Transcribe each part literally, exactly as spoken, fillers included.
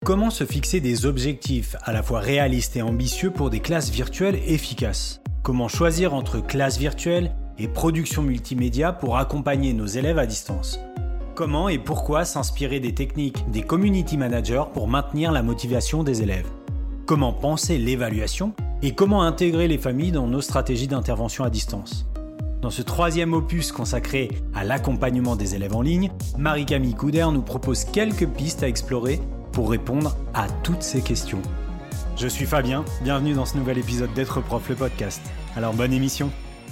Comment se fixer des objectifs à la fois réalistes et ambitieux pour des classes virtuelles efficaces ? Comment choisir entre classe virtuelle et production multimédia pour accompagner nos élèves à distance ? Comment et pourquoi s'inspirer des techniques des community managers pour maintenir la motivation des élèves ? Comment penser l'évaluation et comment intégrer les familles dans nos stratégies d'intervention à distance ? Dans ce troisième opus consacré à l'accompagnement des élèves en ligne, Marie-Camille Couder nous propose quelques pistes à explorer pour répondre à toutes ces questions. Je suis Fabien, bienvenue dans ce nouvel épisode d'être prof le podcast. Alors bonne émission.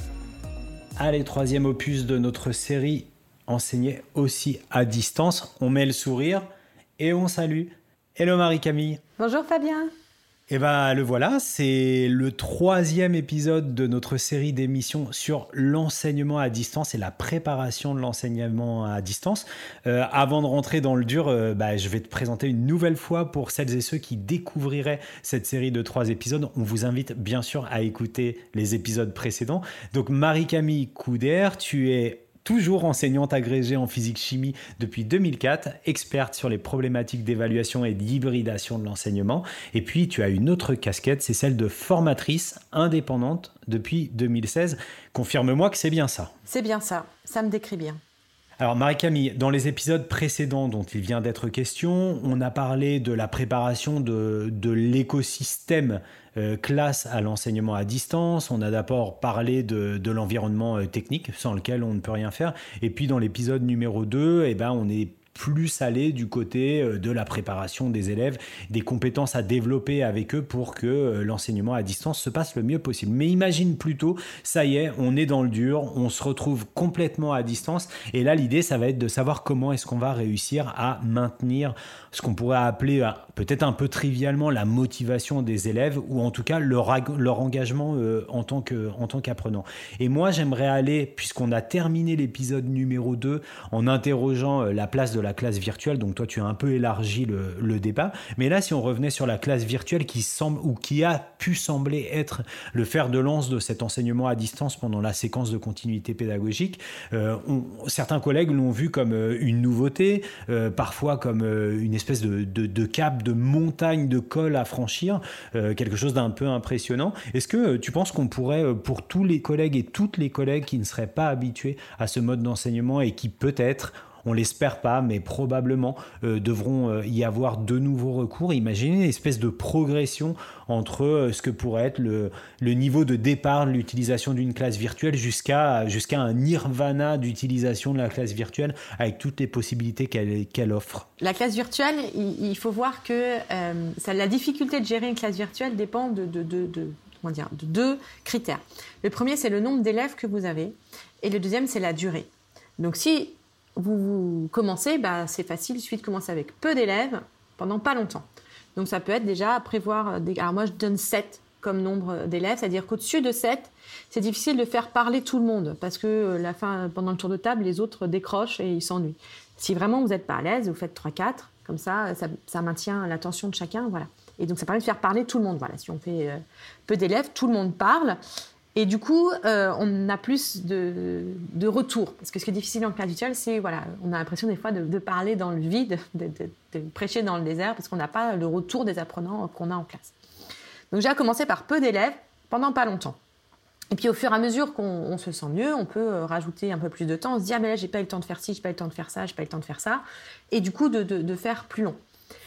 Allez, troisième opus de notre série Enseigner aussi à distance. On met le sourire et on salue. Hello Marie-Camille. Bonjour Fabien. Et bien le voilà, c'est le troisième épisode de notre série d'émissions sur l'enseignement à distance et la préparation de l'enseignement à distance. Euh, avant de rentrer dans le dur, euh, bah, je vais te présenter une nouvelle fois pour celles et ceux qui découvriraient cette série de trois épisodes. On vous invite bien sûr à écouter les épisodes précédents. Donc Marie-Camille Couder, tu es toujours enseignante agrégée en physique-chimie depuis deux mille quatre, experte sur les problématiques d'évaluation et d'hybridation de l'enseignement. Et puis, tu as une autre casquette, c'est celle de formatrice indépendante depuis deux mille seize. Confirme-moi que c'est bien ça. C'est bien ça, ça me décrit bien. Alors Marie-Camille, dans les épisodes précédents dont il vient d'être question, on a parlé de la préparation de, de l'écosystème euh, classe à l'enseignement à distance. On a d'abord parlé de, de l'environnement euh, technique sans lequel on ne peut rien faire. Et puis dans l'épisode numéro deux, eh ben, on est plus aller du côté de la préparation des élèves, des compétences à développer avec eux pour que l'enseignement à distance se passe le mieux possible. Mais imagine plutôt, ça y est, on est dans le dur, on se retrouve complètement à distance et là l'idée ça va être de savoir comment est-ce qu'on va réussir à maintenir ce qu'on pourrait appeler peut-être un peu trivialement la motivation des élèves ou en tout cas leur, leur engagement euh, en tant que, en tant qu'apprenant. Et moi j'aimerais aller, puisqu'on a terminé l'épisode numéro deux en interrogeant euh, la place de la classe virtuelle, donc toi tu as un peu élargi le, le débat, mais là si on revenait sur la classe virtuelle qui semble ou qui a pu sembler être le fer de lance de cet enseignement à distance pendant la séquence de continuité pédagogique, euh, on, certains collègues l'ont vu comme euh, une nouveauté, euh, parfois comme euh, une espèce de, de, de cap, de montagne de col à franchir, euh, quelque chose d'un peu impressionnant. Est-ce que euh, tu penses qu'on pourrait, euh, pour tous les collègues et toutes les collègues qui ne seraient pas habitués à ce mode d'enseignement et qui peut-être, on l'espère pas, mais probablement euh, devront euh, y avoir de nouveaux recours. Imaginez une espèce de progression entre euh, ce que pourrait être le, le niveau de départ de l'utilisation d'une classe virtuelle jusqu'à, jusqu'à un nirvana d'utilisation de la classe virtuelle avec toutes les possibilités qu'elle, qu'elle offre. La classe virtuelle, il, il faut voir que euh, ça, la difficulté de gérer une classe virtuelle dépend de, de, de, de, comment dire, de deux critères. Le premier, c'est le nombre d'élèves que vous avez et le deuxième, c'est la durée. Donc si vous, vous commencez, bah, c'est facile, il suffit de commencer avec peu d'élèves pendant pas longtemps. Donc ça peut être déjà prévoir des... Alors moi je donne sept comme nombre d'élèves, c'est-à-dire qu'au-dessus de sept, c'est difficile de faire parler tout le monde parce que la fin, pendant le tour de table, les autres décrochent et ils s'ennuient. Si vraiment vous n'êtes pas à l'aise, vous faites trois quatre, comme ça, ça, ça maintient l'attention de chacun, voilà. Et donc ça permet de faire parler tout le monde, voilà. Si on fait euh, peu d'élèves, tout le monde parle. Et du coup, euh, on a plus de, de retours. Parce que ce qui est difficile en classe virtuelle, c'est, voilà, on a l'impression des fois de, de parler dans le vide, de, de, de prêcher dans le désert, parce qu'on n'a pas le retour des apprenants qu'on a en classe. Donc j'ai commencé par peu d'élèves, pendant pas longtemps. Et puis au fur et à mesure qu'on on se sent mieux, on peut rajouter un peu plus de temps, on se dit, ah mais là, j'ai pas eu le temps de faire ci, j'ai pas eu le temps de faire ça, j'ai pas eu le temps de faire ça. Et du coup, de, de, de faire plus long.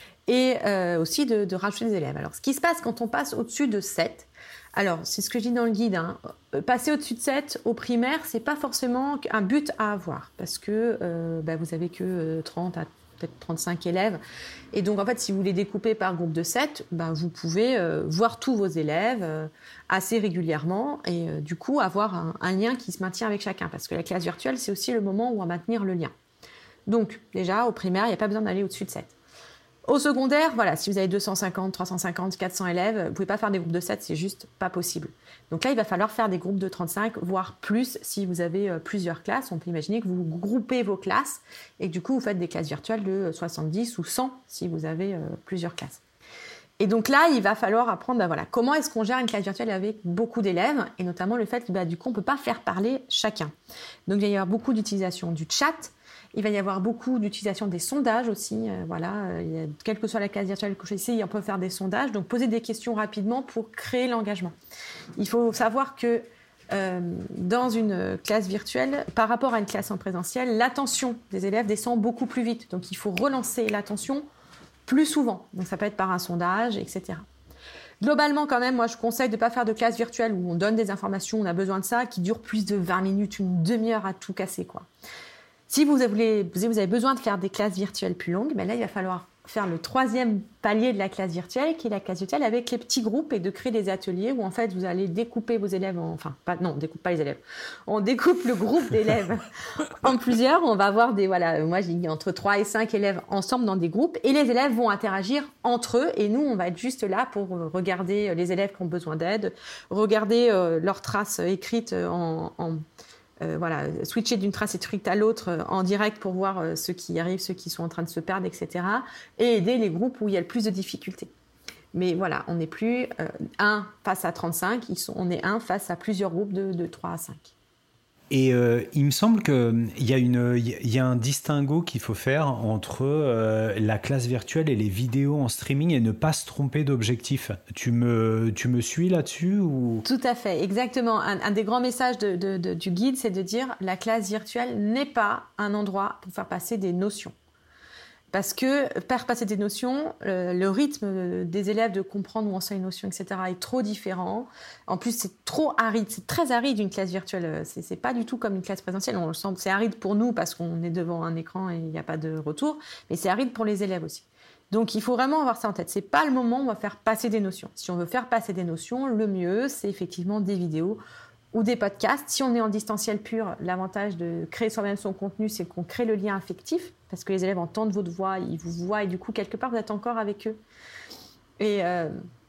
Et euh, aussi de, de rajouter des élèves. Alors, ce qui se passe quand on passe au-dessus de sept, alors, c'est ce que je dis dans le guide, hein. Passer au-dessus de sept au primaire, c'est pas forcément un but à avoir parce que euh, bah, vous avez que trente à peut-être trente-cinq élèves. Et donc, en fait, si vous les découpez par groupe de sept, bah, vous pouvez euh, voir tous vos élèves euh, assez régulièrement et euh, du coup, avoir un, un lien qui se maintient avec chacun parce que la classe virtuelle, c'est aussi le moment où on va maintenir le lien. Donc, déjà, au primaire, il n'y a pas besoin d'aller au-dessus de sept. Au secondaire, voilà, si vous avez deux cent cinquante, trois cent cinquante, quatre cents élèves, vous ne pouvez pas faire des groupes de sept, c'est juste pas possible. Donc là, il va falloir faire des groupes de trente-cinq, voire plus si vous avez euh, plusieurs classes. On peut imaginer que vous groupez vos classes et que du coup, vous faites des classes virtuelles de soixante-dix ou cent si vous avez euh, plusieurs classes. Et donc là, il va falloir apprendre, bah voilà, comment est-ce qu'on gère une classe virtuelle avec beaucoup d'élèves et notamment le fait que bah, du coup, on ne peut pas faire parler chacun. Donc il va y avoir beaucoup d'utilisation du chat. Il va y avoir beaucoup d'utilisation des sondages aussi. Euh, voilà, euh, il y a, quelle que soit la classe virtuelle que je ici, on peut faire des sondages. Donc, poser des questions rapidement pour créer l'engagement. Il faut savoir que euh, dans une classe virtuelle, par rapport à une classe en présentiel, l'attention des élèves descend beaucoup plus vite. Donc, il faut relancer l'attention plus souvent. Donc, ça peut être par un sondage, et cetera. Globalement, quand même, moi, je conseille de ne pas faire de classe virtuelle où on donne des informations, on a besoin de ça, qui dure plus de vingt minutes, une demi-heure à tout casser, quoi. Si vous avez, vous avez besoin de faire des classes virtuelles plus longues, ben là, il va falloir faire le troisième palier de la classe virtuelle, qui est la classe virtuelle avec les petits groupes et de créer des ateliers où, en fait, vous allez découper vos élèves en... Enfin, pas, non, on ne découpe pas les élèves. On découpe le groupe d'élèves en plusieurs. On va avoir des... Voilà, moi, j'ai dit entre trois et cinq élèves ensemble dans des groupes et les élèves vont interagir entre eux et nous, on va être juste là pour regarder les élèves qui ont besoin d'aide, regarder euh, leurs traces écrites en... en Euh, voilà, switcher d'une trace écrite à l'autre euh, en direct pour voir euh, ceux qui arrivent, ceux qui sont en train de se perdre, et cetera. Et aider les groupes où il y a le plus de difficultés. Mais voilà, on n'est plus euh, un face à trente-cinq, ils sont, on est un face à plusieurs groupes de, de trois à cinq. Et euh, il me semble qu'il y, y a un distinguo qu'il faut faire entre euh, la classe virtuelle et les vidéos en streaming et ne pas se tromper d'objectif. Tu me, tu me suis là-dessus ou... Tout à fait, exactement. Un, un des grands messages de, de, de, du guide, c'est de dire la classe virtuelle n'est pas un endroit pour faire passer des notions. Parce que faire passer des notions, le, le rythme des élèves de comprendre où on sait une notion, et cetera est trop différent. En plus, c'est trop aride, c'est très aride une classe virtuelle. C'est, c'est pas du tout comme une classe présentielle. On le sent, c'est aride pour nous parce qu'on est devant un écran et il n'y a pas de retour, mais c'est aride pour les élèves aussi. Donc, il faut vraiment avoir ça en tête. C'est pas le moment où on va faire passer des notions. Si on veut faire passer des notions, le mieux, c'est effectivement des vidéos ou des podcasts. Si on est en distanciel pur, l'avantage de créer soi-même son contenu, c'est qu'on crée le lien affectif, parce que les élèves entendent votre voix, ils vous voient, et du coup, quelque part, vous êtes encore avec eux. Et, euh,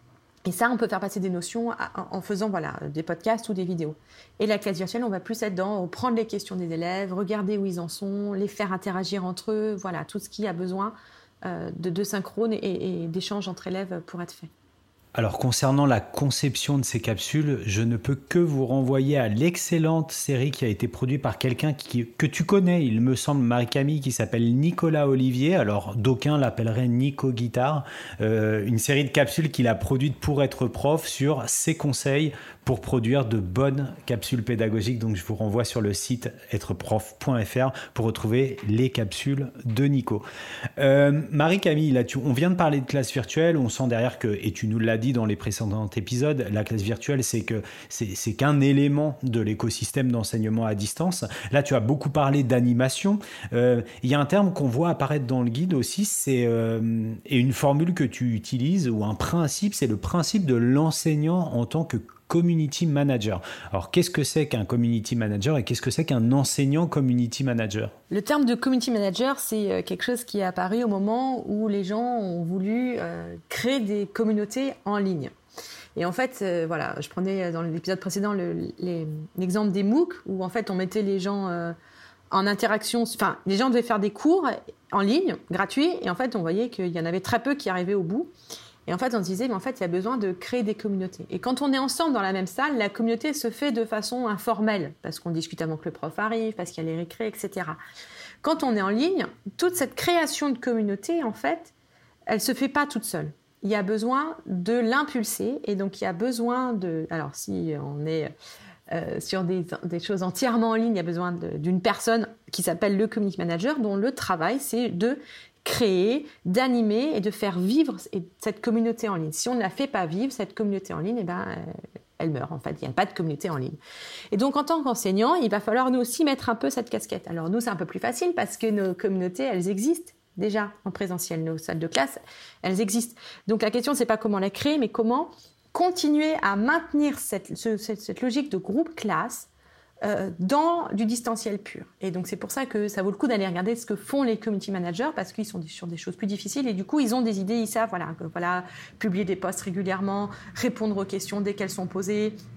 et ça, on peut faire passer des notions en faisant voilà, des podcasts ou des vidéos. Et la classe virtuelle, on va plus être dans prendre les questions des élèves, regarder où ils en sont, les faire interagir entre eux, voilà, tout ce qui a besoin euh, de, de synchrone et, et d'échanges entre élèves pour être fait. Alors, concernant la conception de ces capsules, je ne peux que vous renvoyer à l'excellente série qui a été produite par quelqu'un qui, que tu connais, il me semble, Marie-Camille, qui s'appelle Nicolas Olivier. Alors, d'aucuns l'appelleraient Nico Guitare. Euh, une série de capsules qu'il a produites pour être prof sur ses conseils pour produire de bonnes capsules pédagogiques. Donc, je vous renvoie sur le site être prof point f r pour retrouver les capsules de Nico. Euh, Marie-Camille, là, tu, on vient de parler de classe virtuelle. On sent derrière que, et tu nous l'as dit dans les précédents épisodes, la classe virtuelle, c'est, que, c'est, c'est qu'un élément de l'écosystème d'enseignement à distance. Là, tu as beaucoup parlé d'animation. Euh, il y a un terme qu'on voit apparaître dans le guide aussi, c'est, euh, et une formule que tu utilises, ou un principe, c'est le principe de l'enseignant en tant que community manager. Alors, qu'est-ce que c'est qu'un community manager et qu'est-ce que c'est qu'un enseignant community manager ? Le terme de community manager, c'est quelque chose qui est apparu au moment où les gens ont voulu euh, créer des communautés en ligne. Et en fait, euh, voilà, je prenais dans l'épisode précédent le, les, l'exemple des MOOC, où en fait, on mettait les gens euh, en interaction, enfin, les gens devaient faire des cours en ligne, gratuits, et en fait, on voyait qu'il y en avait très peu qui arrivaient au bout. Et en fait, on se disait, mais en fait, il y a besoin de créer des communautés. Et quand on est ensemble dans la même salle, la communauté se fait de façon informelle, parce qu'on discute avant que le prof arrive, parce qu'il y a les récrés, et cetera. Quand on est en ligne, toute cette création de communauté, en fait, elle ne se fait pas toute seule. Il y a besoin de l'impulser, et donc il y a besoin de... Alors, si on est euh, sur des, des choses entièrement en ligne, il y a besoin de, d'une personne qui s'appelle le community manager, dont le travail, c'est de créer, d'animer et de faire vivre cette communauté en ligne. Si on ne la fait pas vivre, cette communauté en ligne, eh ben, elle meurt en fait. Il n'y a pas de communauté en ligne. Et donc, en tant qu'enseignant, il va falloir nous aussi mettre un peu cette casquette. Alors nous, c'est un peu plus facile parce que nos communautés, elles existent déjà en présentiel. Nos salles de classe, elles existent. Donc la question, c'est pas comment la créer, mais comment continuer à maintenir cette, ce, cette, cette logique de groupe classe Euh, dans du distanciel pur. Et donc, c'est pour ça que ça vaut le coup d'aller regarder ce que font les community managers, parce qu'ils sont sur des choses plus difficiles et du coup, ils ont des idées, ils savent, voilà, que, voilà, publier des posts régulièrement, répondre aux questions dès qu'elles sont posées,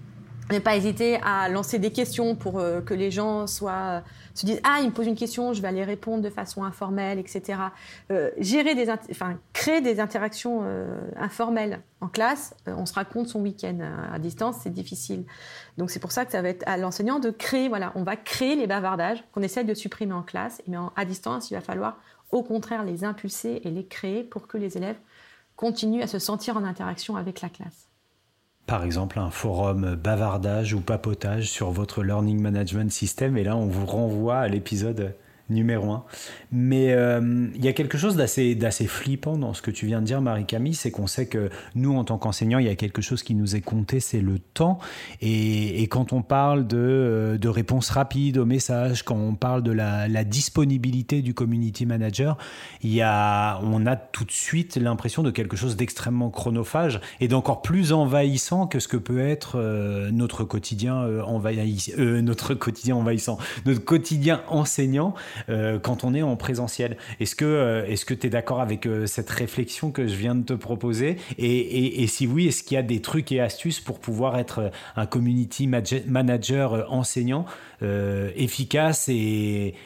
Ne pas hésiter à lancer des questions pour euh, que les gens soient, se disent « Ah, il me pose une question, je vais aller répondre de façon informelle, et cetera » euh, gérer des, enfin, créer des interactions euh, informelles en classe. Euh, on se raconte son week-end à, à distance, c'est difficile. Donc c'est pour ça que ça va être à l'enseignant de créer, voilà, on va créer les bavardages qu'on essaie de supprimer en classe. Mais en, à distance, il va falloir au contraire les impulser et les créer pour que les élèves continuent à se sentir en interaction avec la classe. Par exemple, un forum bavardage ou papotage sur votre Learning Management System. Et là, on vous renvoie à l'épisode numéro un. Mais euh, il y a quelque chose d'assez, d'assez flippant dans ce que tu viens de dire, Marie-Camille, c'est qu'on sait que nous, en tant qu'enseignants, il y a quelque chose qui nous est compté, c'est le temps. Et, et quand on parle de, de réponses rapides aux messages, quand on parle de la, la disponibilité du community manager, il y a, on a tout de suite l'impression de quelque chose d'extrêmement chronophage et d'encore plus envahissant que ce que peut être euh, notre quotidien euh, envahissant, euh, notre quotidien envahissant, notre quotidien enseignant. Euh, quand on est en présentiel. Est-ce que euh, est-ce que tu es d'accord avec euh, cette réflexion que je viens de te proposer et, et, et si oui, est-ce qu'il y a des trucs et astuces pour pouvoir être un community manager enseignant euh, efficace et, et,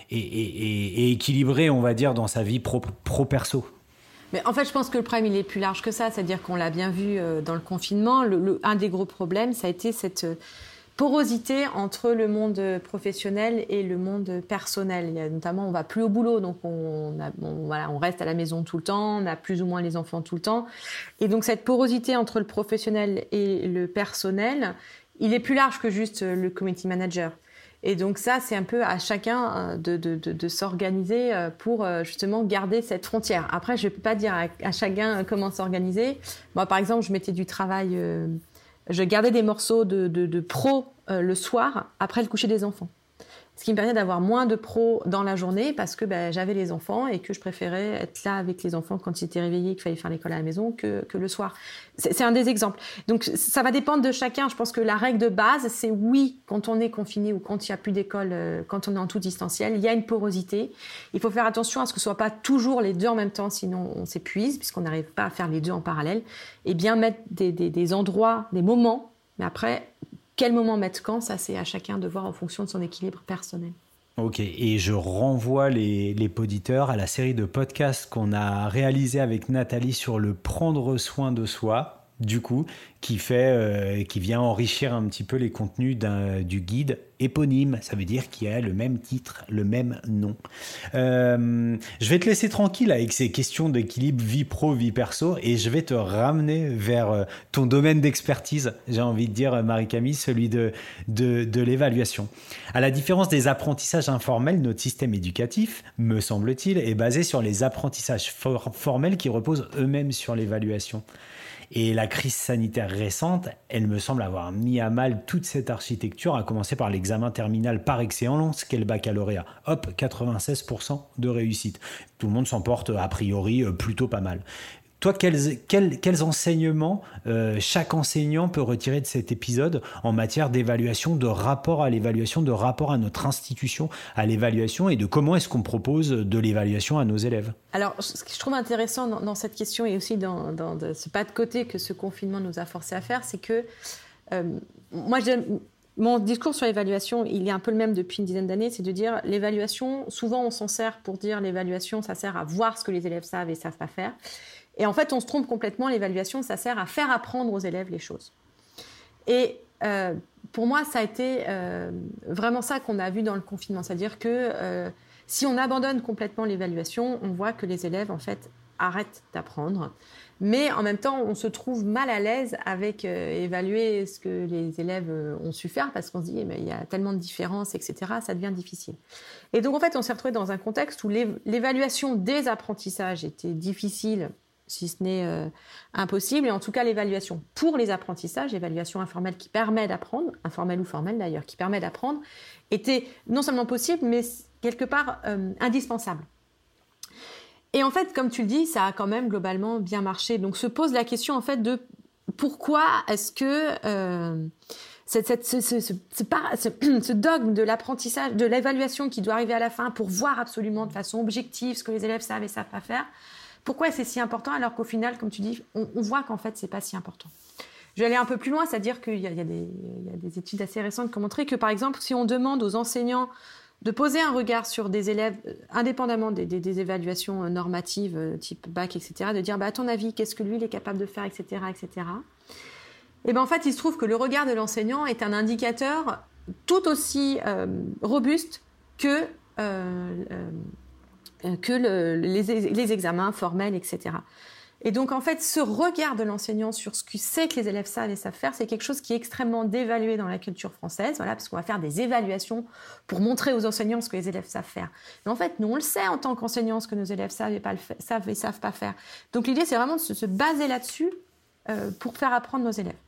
et, et équilibré, on va dire, dans sa vie pro, pro-perso? Mais en fait, je pense que le problème, il est plus large que ça. C'est-à-dire qu'on l'a bien vu euh, dans le confinement. Le, le, un des gros problèmes, ça a été cette... Euh, porosité entre le monde professionnel et le monde personnel. Il y a notamment, on va plus au boulot, donc on, a, on, voilà, on reste à la maison tout le temps, on a plus ou moins les enfants tout le temps. Et donc cette porosité entre le professionnel et le personnel, il est plus large que juste le community manager. Et donc ça, c'est un peu à chacun de, de, de, de s'organiser pour justement garder cette frontière. Après, je ne peux pas dire à, à chacun comment s'organiser. Moi, par exemple, je mettais du travail... Euh, Je gardais des morceaux de, de, de pro euh, le soir, après le coucher des enfants. Ce qui me permettait d'avoir moins de pro dans la journée parce que ben, j'avais les enfants et que je préférais être là avec les enfants quand ils étaient réveillés, qu'il fallait faire l'école à la maison, que, que le soir. C'est, c'est un des exemples. Donc ça va dépendre de chacun. Je pense que la règle de base, c'est oui, quand on est confiné ou quand il n'y a plus d'école, euh, quand on est en tout distanciel, il y a une porosité. Il faut faire attention à ce que ce ne soit pas toujours les deux en même temps, sinon on s'épuise, puisqu'on n'arrive pas à faire les deux en parallèle. Et bien mettre des, des, des endroits, des moments, mais après... Quel moment mettre quand, ça c'est à chacun de voir en fonction de son équilibre personnel. Ok, et je renvoie les, les auditeurs à la série de podcasts qu'on a réalisé avec Nathalie sur le prendre soin de soi, du coup, qui, fait, euh, qui vient enrichir un petit peu les contenus d'un, du guide éponyme. Ça veut dire qu'il y a le même titre, le même nom. Euh, je vais te laisser tranquille avec ces questions d'équilibre vie pro, vie perso, et je vais te ramener vers ton domaine d'expertise, j'ai envie de dire, Marie-Camille, celui de, de, de l'évaluation. À la différence des apprentissages informels, notre système éducatif, me semble-t-il, est basé sur les apprentissages for- formels qui reposent eux-mêmes sur l'évaluation. Et la crise sanitaire récente, elle me semble avoir mis à mal toute cette architecture, à commencer par l'examen terminal par excellence qu'est le baccalauréat. Hop, quatre-vingt-seize pour cent de réussite. Tout le monde s'en porte a priori plutôt pas mal. Toi, quels, quels, quels enseignements euh, chaque enseignant peut retirer de cet épisode en matière d'évaluation, de rapport à l'évaluation, de rapport à notre institution, à l'évaluation, et de comment est-ce qu'on propose de l'évaluation à nos élèves? Alors, ce que je trouve intéressant dans, dans cette question et aussi dans, dans de, ce pas de côté que ce confinement nous a forcé à faire, c'est que euh, moi, je, mon discours sur l'évaluation, il est un peu le même depuis une dizaine d'années, c'est de dire l'évaluation, souvent on s'en sert pour dire l'évaluation, ça sert à voir ce que les élèves savent et savent pas faire. Et en fait, on se trompe complètement. L'évaluation, ça sert à faire apprendre aux élèves les choses. Et euh, pour moi, ça a été euh, vraiment ça qu'on a vu dans le confinement. C'est-à-dire que euh, si on abandonne complètement l'évaluation, on voit que les élèves, en fait, arrêtent d'apprendre. Mais en même temps, on se trouve mal à l'aise avec euh, évaluer ce que les élèves ont su faire parce qu'on se dit, eh bien, il y a tellement de différences, et cetera. Ça devient difficile. Et donc, en fait, on s'est retrouvé dans un contexte où l'évaluation des apprentissages était difficile, si ce n'est euh, impossible, et en tout cas l'évaluation pour les apprentissages, l'évaluation informelle qui permet d'apprendre, informelle ou formelle d'ailleurs, qui permet d'apprendre, était non seulement possible, mais quelque part euh, indispensable. Et en fait, comme tu le dis, ça a quand même globalement bien marché. Donc se pose la question en fait de pourquoi est-ce que euh, cette, cette, ce, ce, ce, ce, ce, ce dogme de l'apprentissage, de l'évaluation qui doit arriver à la fin pour voir absolument de façon objective ce que les élèves savent et savent pas faire, pourquoi c'est si important alors qu'au final, comme tu dis, on, on voit qu'en fait, c'est pas si important. Je vais aller un peu plus loin, c'est-à-dire qu'il y a, il y a, des, il y a des études assez récentes qui ont montré que, par exemple, si on demande aux enseignants de poser un regard sur des élèves, indépendamment des, des, des évaluations normatives, type bac, et cetera, de dire, bah, à ton avis, qu'est-ce que lui, il est capable de faire, et cetera, et cetera. Et ben en fait, il se trouve que le regard de l'enseignant est un indicateur tout aussi euh, robuste que, euh, euh, que le, les, les examens formels, et cetera. Et donc, en fait, ce regard de l'enseignant sur ce que c'est que les élèves savent et savent faire, c'est quelque chose qui est extrêmement dévalué dans la culture française, voilà, parce qu'on va faire des évaluations pour montrer aux enseignants ce que les élèves savent faire. Mais en fait, nous, on le sait en tant qu'enseignants, ce que nos élèves savent et, pas le fa- savent et savent pas faire. Donc, l'idée, c'est vraiment de se, se baser là-dessus euh, pour faire apprendre nos élèves.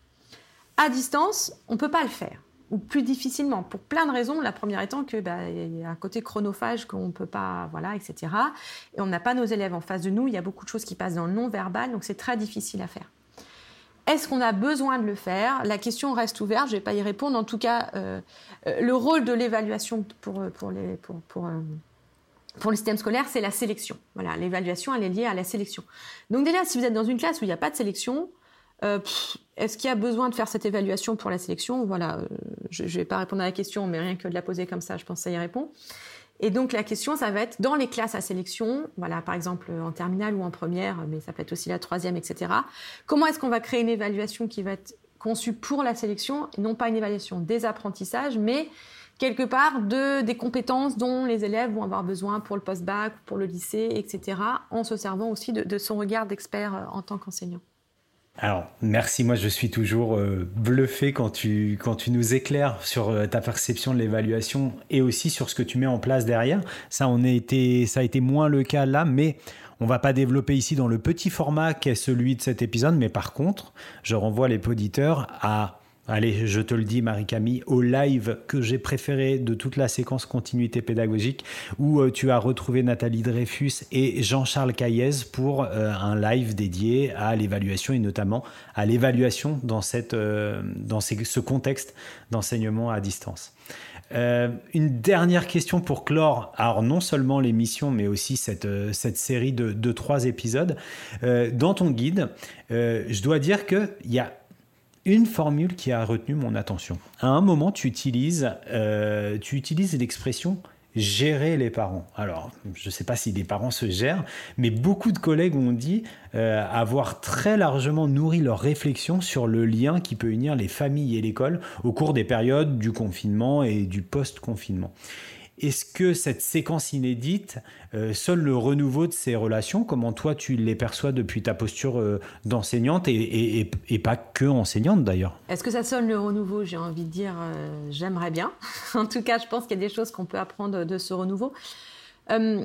À distance, on ne peut pas le faire, ou plus difficilement, pour plein de raisons. La première étant que bah, y a un côté chronophage qu'on ne peut pas, voilà, et cetera. Et on n'a pas nos élèves en face de nous. Il y a beaucoup de choses qui passent dans le non-verbal, donc c'est très difficile à faire. Est-ce qu'on a besoin de le faire ? La question reste ouverte, je ne vais pas y répondre. En tout cas, euh, euh, le rôle de l'évaluation pour, pour, les, pour, pour, euh, pour le système scolaire, c'est la sélection. Voilà, l'évaluation, elle est liée à la sélection. Donc déjà, si vous êtes dans une classe où il n'y a pas de sélection, Euh, pff, est-ce qu'il y a besoin de faire cette évaluation pour la sélection ? Voilà, euh, je ne vais pas répondre à la question, mais rien que de la poser comme ça, je pense que ça y répond. Et donc la question, ça va être dans les classes à sélection, voilà, par exemple en terminale ou en première, mais ça peut être aussi la troisième, et cetera. Comment est-ce qu'on va créer une évaluation qui va être conçue pour la sélection, et non pas une évaluation des apprentissages, mais quelque part de, des compétences dont les élèves vont avoir besoin pour le post-bac, pour le lycée, et cetera, en se servant aussi de, de son regard d'expert en tant qu'enseignant. Alors, merci. Moi, je suis toujours euh, bluffé quand tu, quand tu nous éclaires sur euh, ta perception de l'évaluation et aussi sur ce que tu mets en place derrière. Ça, on a été, ça a été moins le cas là, mais on va pas développer ici dans le petit format qu'est celui de cet épisode. Mais par contre, je renvoie les auditeurs à... Allez, je te le dis, Marie-Camille, au live que j'ai préféré de toute la séquence continuité pédagogique où euh, tu as retrouvé Nathalie Dreyfus et Jean-Charles Caillez pour euh, un live dédié à l'évaluation et notamment à l'évaluation dans, cette, euh, dans ces, ce contexte d'enseignement à distance. Euh, une dernière question pour clore, alors non seulement l'émission, mais aussi cette, euh, cette série de, de trois épisodes. Euh, dans ton guide, euh, je dois dire qu'il y a une formule qui a retenu mon attention. À un moment, tu utilises, euh, tu utilises l'expression « gérer les parents ». Alors, je ne sais pas si les parents se gèrent, mais beaucoup de collègues ont dit euh, avoir très largement nourri leur réflexion sur le lien qui peut unir les familles et l'école au cours des périodes du confinement et du post-confinement. Est-ce que cette séquence inédite euh, sonne le renouveau de ces relations ? Comment toi, tu les perçois depuis ta posture euh, d'enseignante et, et, et, et pas que enseignante d'ailleurs ? Est-ce que ça sonne le renouveau ? J'ai envie de dire, euh, j'aimerais bien. En tout cas, je pense qu'il y a des choses qu'on peut apprendre de ce renouveau. Euh,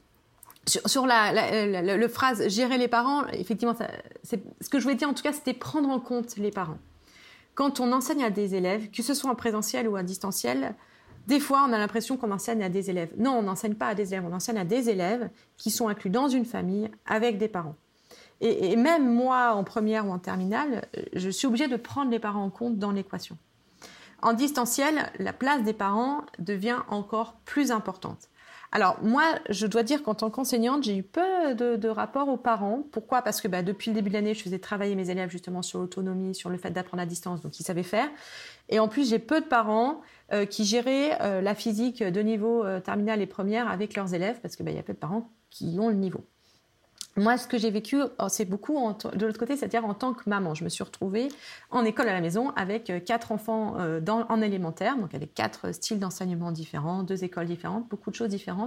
sur sur la, la, la, la, la phrase « gérer les parents », effectivement, ça, c'est, ce que je voulais dire en tout cas, c'était prendre en compte les parents. Quand on enseigne à des élèves, que ce soit en présentiel ou à distanciel, des fois, on a l'impression qu'on enseigne à des élèves. Non, on n'enseigne pas à des élèves, on enseigne à des élèves qui sont inclus dans une famille avec des parents. Et, et même moi, en première ou en terminale, je suis obligée de prendre les parents en compte dans l'équation. En distanciel, la place des parents devient encore plus importante. Alors moi, je dois dire qu'en tant qu'enseignante, j'ai eu peu de, de rapport aux parents. Pourquoi ? Parce que bah, depuis le début de l'année, je faisais travailler mes élèves justement sur l'autonomie, sur le fait d'apprendre à distance, donc ils savaient faire. Et en plus, j'ai peu de parents euh, qui géraient euh, la physique de niveau euh, terminale et première avec leurs élèves, parce que bah, y a peu de parents qui ont le niveau. Moi, ce que j'ai vécu, c'est beaucoup en t- de l'autre côté, c'est-à-dire en tant que maman. Je me suis retrouvée en école à la maison avec quatre enfants euh, dans, en élémentaire, donc avec quatre styles d'enseignement différents, deux écoles différentes, beaucoup de choses différentes.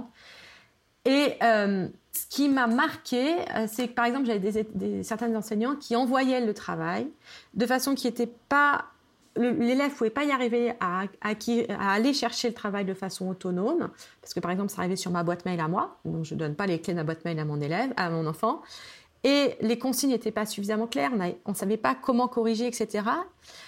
Et euh, ce qui m'a marqué, euh, c'est que par exemple, j'avais des, des, certains enseignants qui envoyaient le travail de façon qui n'était pas... Le, l'élève ne pouvait pas y arriver à, à, à aller chercher le travail de façon autonome, parce que par exemple, ça arrivait sur ma boîte mail à moi, donc je ne donne pas les clés de ma boîte mail à mon élève, à mon enfant, et les consignes n'étaient pas suffisamment claires, on ne savait pas comment corriger, et cetera.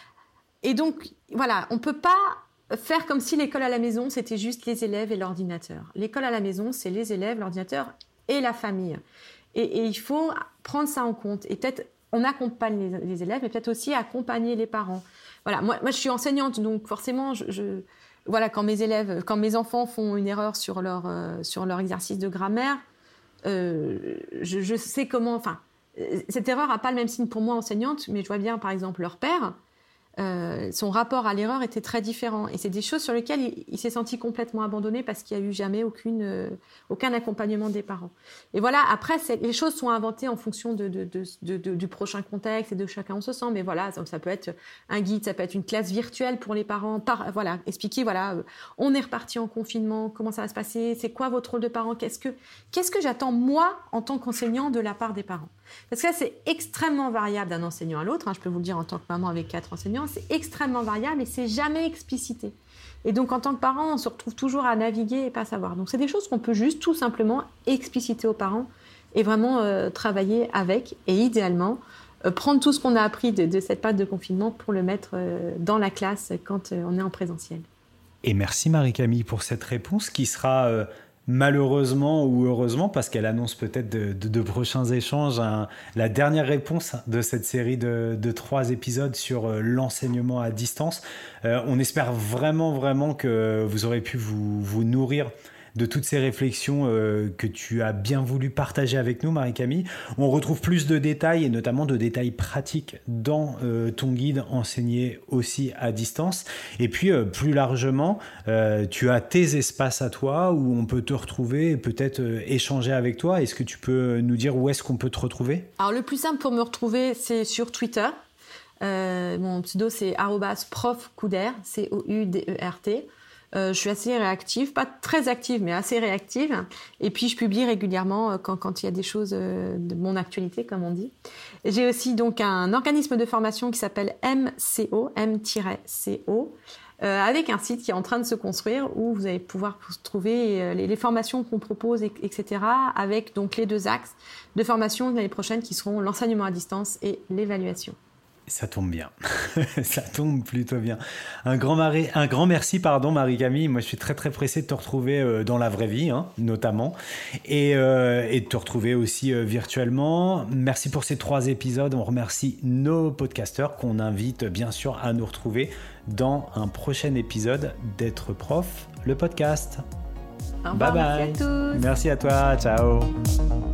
Et donc, voilà, on ne peut pas faire comme si l'école à la maison, c'était juste les élèves et l'ordinateur. L'école à la maison, c'est les élèves, l'ordinateur et la famille. Et, et il faut prendre ça en compte. Et peut-être, on accompagne les, les élèves, mais peut-être aussi accompagner les parents. Voilà, moi, moi je suis enseignante, donc forcément, je, je, voilà, quand mes élèves, quand mes enfants font une erreur sur leur, euh, sur leur exercice de grammaire, euh, je, je sais comment, enfin, cette erreur n'a pas le même signe pour moi, enseignante, mais je vois bien, par exemple, leur père, euh, son rapport à l'erreur était très différent. Et c'est des choses sur lesquelles il, il s'est senti complètement abandonné parce qu'il n'y a eu jamais aucune, euh, aucun accompagnement des parents. Et voilà, après, les choses sont inventées en fonction de, de, de, de, de, du prochain contexte et de chacun on se sent. Mais voilà, ça, ça peut être un guide, ça peut être une classe virtuelle pour les parents. Par, voilà, expliquer, voilà, euh, on est reparti en confinement, comment ça va se passer, c'est quoi votre rôle de parent, qu'est-ce que, qu'est-ce que j'attends, moi, en tant qu'enseignant, de la part des parents. Parce que là, c'est extrêmement variable d'un enseignant à l'autre. Hein, je peux vous le dire en tant que maman avec quatre enseignants, c'est extrêmement variable et c'est jamais explicité. Et donc, en tant que parent, on se retrouve toujours à naviguer et pas savoir. Donc, c'est des choses qu'on peut juste tout simplement expliciter aux parents et vraiment euh, travailler avec. Et idéalement, euh, prendre tout ce qu'on a appris de, de cette période de confinement pour le mettre euh, dans la classe quand euh, on est en présentiel. Et merci Marie-Camille pour cette réponse qui sera... Euh... malheureusement ou heureusement, parce qu'elle annonce peut-être de, de, de prochains échanges, un, la dernière réponse de cette série de, de trois épisodes sur euh, l'enseignement à distance. Euh, on espère vraiment, vraiment que vous aurez pu vous, vous nourrir de toutes ces réflexions euh, que tu as bien voulu partager avec nous, Marie-Camille. On retrouve plus de détails, et notamment de détails pratiques dans euh, ton guide enseigné aussi à distance. Et puis, euh, plus largement, euh, tu as tes espaces à toi où on peut te retrouver et peut-être euh, échanger avec toi. Est-ce que tu peux nous dire où est-ce qu'on peut te retrouver ? Alors, le plus simple pour me retrouver, c'est sur Twitter. Euh, mon pseudo, c'est arobase prof Couder, C O U D E R T. Euh, je suis assez réactive, pas très active, mais assez réactive. Et puis, je publie régulièrement quand, quand il y a des choses euh, de mon actualité, comme on dit. Et j'ai aussi donc un organisme de formation qui s'appelle M C O, M C O, euh, avec un site qui est en train de se construire où vous allez pouvoir trouver euh, les, les formations qu'on propose, et, etc. Avec donc les deux axes de formation l'année prochaine qui seront l'enseignement à distance et l'évaluation. Ça tombe bien, ça tombe plutôt bien. Un grand, mari... un grand merci, pardon, Marie-Camille. Moi, je suis très, très pressé de te retrouver euh, dans la vraie vie, hein, notamment, et, euh, et de te retrouver aussi euh, virtuellement. Merci pour ces trois épisodes. On remercie nos podcasteurs qu'on invite, bien sûr, à nous retrouver dans un prochain épisode d'Être Prof, le podcast. Au revoir, bye bye. Merci à tous. Merci à toi. Ciao.